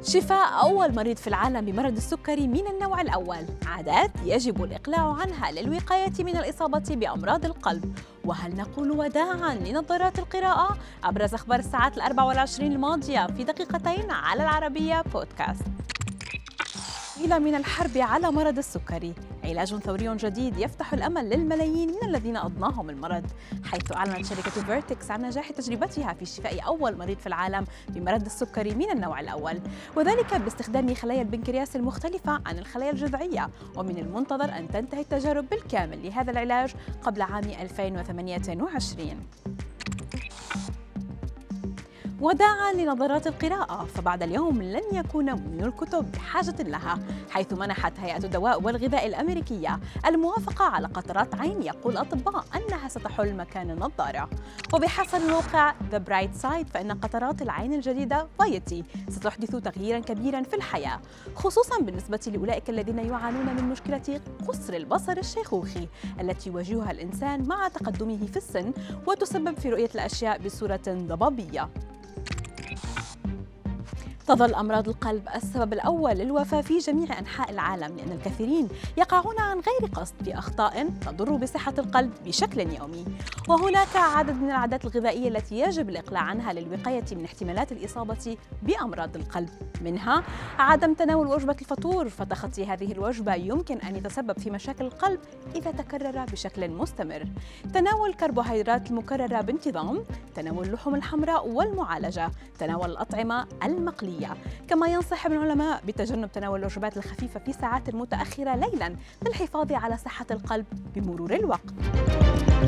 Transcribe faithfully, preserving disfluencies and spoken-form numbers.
شفاء أول مريض في العالم بمرض السكري من النوع الأول، عادات يجب الإقلاع عنها للوقاية من الإصابة بأمراض القلب. وهل نقول وداعاً لنظارات القراءة؟ أبرز أخبار الساعات الأربع والعشرين الماضية في دقيقتين على العربية بودكاست. إلى من الحرب على مرض السكري، علاج ثوري جديد يفتح الأمل للملايين من الذين أضناهم المرض، حيث أعلنت شركة فيرتكس عن نجاح تجربتها في شفاء أول مريض في العالم بمرض السكري من النوع الأول، وذلك باستخدام خلايا البنكرياس المختلفة عن الخلايا الجذعية. ومن المنتظر أن تنتهي التجارب بالكامل لهذا العلاج قبل عام ألفين وثمانية وعشرين. وداعاً لنظارات القراءة، فبعد اليوم لن يكون مدمن الكتب بحاجة لها، حيث منحت هيئة الدواء والغذاء الأمريكية الموافقة على قطرات عين يقول الأطباء أنها ستحل مكان النظارة. وبحسب موقع The Bright Side فإن قطرات العين الجديدة فايتي ستحدث تغييراً كبيراً في الحياة، خصوصاً بالنسبة لأولئك الذين يعانون من مشكلة قصر البصر الشيخوخي التي يواجهها الإنسان مع تقدمه في السن، وتسبب في رؤية الأشياء بصورة ضبابية. تظل أمراض القلب السبب الأول للوفاة في جميع أنحاء العالم، لأن الكثيرين يقعون عن غير قصد في أخطاء تضر بصحة القلب بشكل يومي. وهناك عدد من العادات الغذائية التي يجب الإقلاع عنها للوقاية من احتمالات الإصابة بأمراض القلب، منها عدم تناول وجبة الفطور، فتخطي هذه الوجبة يمكن أن يتسبب في مشاكل القلب إذا تكرر بشكل مستمر، تناول الكربوهيدرات المكررة بانتظام، تناول اللحوم الحمراء والمعالجة، تناول الأطعمة المقلية. كما ينصح العلماء بتجنب تناول الوجبات الخفيفة في ساعات متأخرة ليلاً للحفاظ على صحة القلب بمرور الوقت.